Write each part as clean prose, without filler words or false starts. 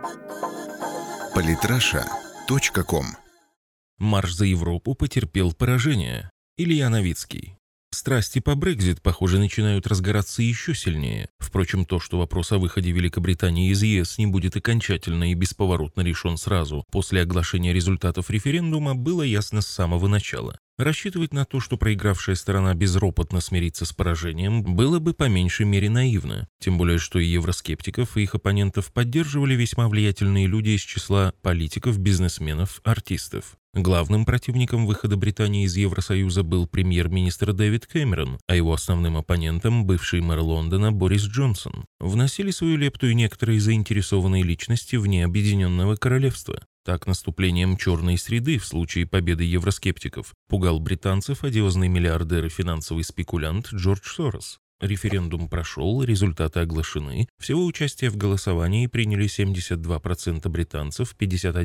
Политраша.ком. Марш за Европу потерпел поражение. Илья Новицкий. Страсти по Брексит, похоже, начинают разгораться еще сильнее. Впрочем, то, что вопрос о выходе Великобритании из ЕС не будет окончательно и бесповоротно решен сразу после оглашения результатов референдума, было ясно с самого начала. Рассчитывать на то, что проигравшая сторона безропотно смирится с поражением, было бы по меньшей мере наивно. Тем более, что и евроскептиков, и их оппонентов поддерживали весьма влиятельные люди из числа политиков, бизнесменов, артистов. Главным противником выхода Британии из Евросоюза был премьер-министр Дэвид Кэмерон, а его основным оппонентом – бывший мэр Лондона Борис Джонсон. Вносили свою лепту и некоторые заинтересованные личности вне Объединенного Королевства. Так, наступлением черной среды в случае победы евроскептиков пугал британцев одиозный миллиардер и финансовый спекулянт Джордж Сорос. Референдум прошел, результаты оглашены. Всего участие в голосовании приняли 72% британцев,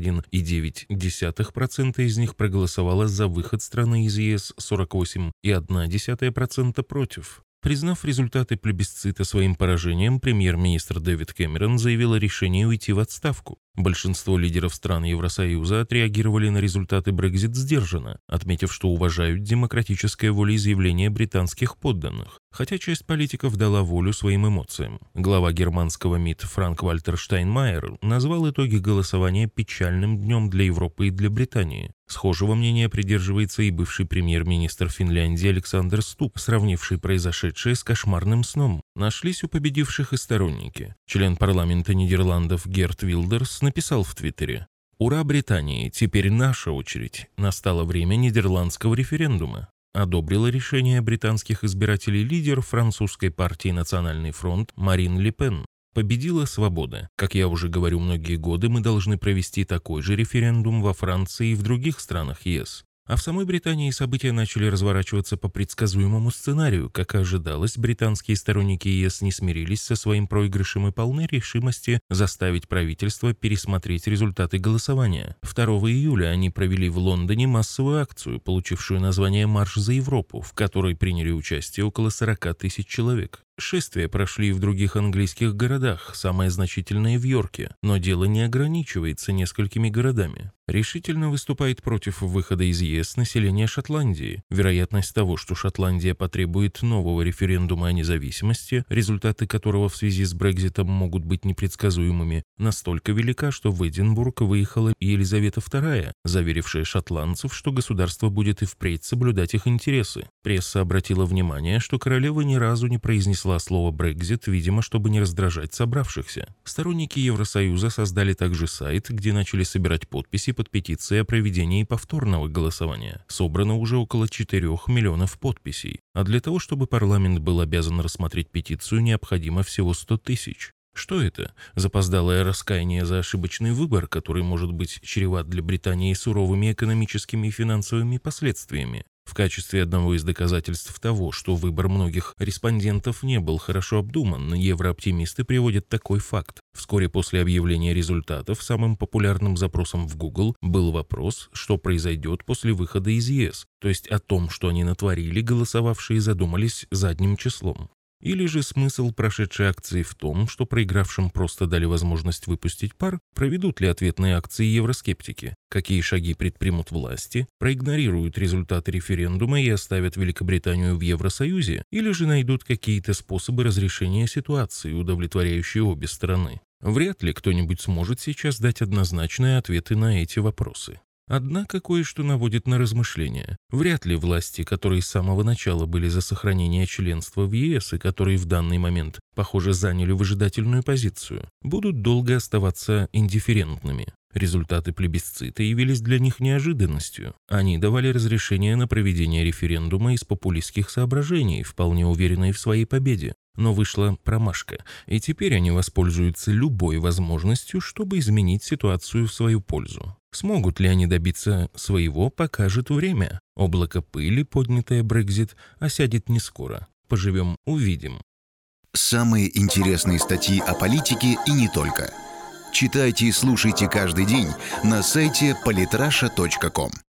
51,9% из них проголосовало за выход страны из ЕС, 48,1% против. Признав результаты плебисцита своим поражением, премьер-министр Дэвид Кэмерон заявил о решении уйти в отставку. Большинство лидеров стран Евросоюза отреагировали на результаты Брексит сдержанно, отметив, что уважают демократическое волеизъявление британских подданных, хотя часть политиков дала волю своим эмоциям. Глава германского МИД Франк-Вальтер Штайнмайер назвал итоги голосования печальным днем для Европы и для Британии. Схожего мнения придерживается и бывший премьер-министр Финляндии Александр Стуб, сравнивший произошедшее с кошмарным сном. Нашлись у победивших и сторонники. Член парламента Нидерландов Герт Вилдерс написал в Твиттере: «Ура Британии, теперь наша очередь. Настало время нидерландского референдума». Одобрила решение британских избирателей лидер французской партии «Национальный фронт» Марин Ле Пен. Победила свобода. Как я уже говорю многие годы, мы должны провести такой же референдум во Франции и в других странах ЕС. А в самой Британии события начали разворачиваться по предсказуемому сценарию. Как и ожидалось, британские сторонники ЕС не смирились со своим проигрышем и полны решимости заставить правительство пересмотреть результаты голосования. 2 июля они провели в Лондоне массовую акцию, получившую название «Марш за Европу», в которой приняли участие около 40 тысяч человек. Шествия прошли и в других английских городах, самое значительное в Йорке, но дело не ограничивается несколькими городами. Решительно выступает против выхода из ЕС население Шотландии. Вероятность того, что Шотландия потребует нового референдума о независимости, результаты которого в связи с Брекситом могут быть непредсказуемыми, настолько велика, что в Эдинбург выехала и Елизавета II, заверившая шотландцев, что государство будет и впредь соблюдать их интересы. Пресса обратила внимание, что королева ни разу не произнесла слово «Брексит», видимо, чтобы не раздражать собравшихся. Сторонники Евросоюза создали также сайт, где начали собирать подписи под петицией о проведении повторного голосования. Собрано уже около 4 миллионов подписей. А для того, чтобы парламент был обязан рассмотреть петицию, необходимо всего 100 тысяч. Что это? Запоздалое раскаяние за ошибочный выбор, который может быть чреват для Британии суровыми экономическими и финансовыми последствиями? В качестве одного из доказательств того, что выбор многих респондентов не был хорошо обдуман, еврооптимисты приводят такой факт. Вскоре после объявления результатов самым популярным запросом в Google был вопрос, что произойдет после выхода из ЕС, то есть о том, что они натворили, голосовавшие задумались задним числом. Или же смысл прошедшей акции в том, что проигравшим просто дали возможность выпустить пар? Проведут ли ответные акции евроскептики? Какие шаги предпримут власти? Проигнорируют результаты референдума и оставят Великобританию в Евросоюзе? Или же найдут какие-то способы разрешения ситуации, удовлетворяющие обе стороны? Вряд ли кто-нибудь сможет сейчас дать однозначные ответы на эти вопросы. Однако кое-что наводит на размышления. Вряд ли власти, которые с самого начала были за сохранение членства в ЕС и которые в данный момент, похоже, заняли выжидательную позицию, будут долго оставаться индифферентными. Результаты плебисцита явились для них неожиданностью. Они давали разрешение на проведение референдума из популистских соображений, вполне уверенные в своей победе. Но вышла промашка, и теперь они воспользуются любой возможностью, чтобы изменить ситуацию в свою пользу. Смогут ли они добиться своего, покажет время. Облако пыли, поднятое Брексит, осядет не скоро. Поживем – увидим. Самые интересные статьи о политике и не только. Читайте и слушайте каждый день на сайте politrasha.com.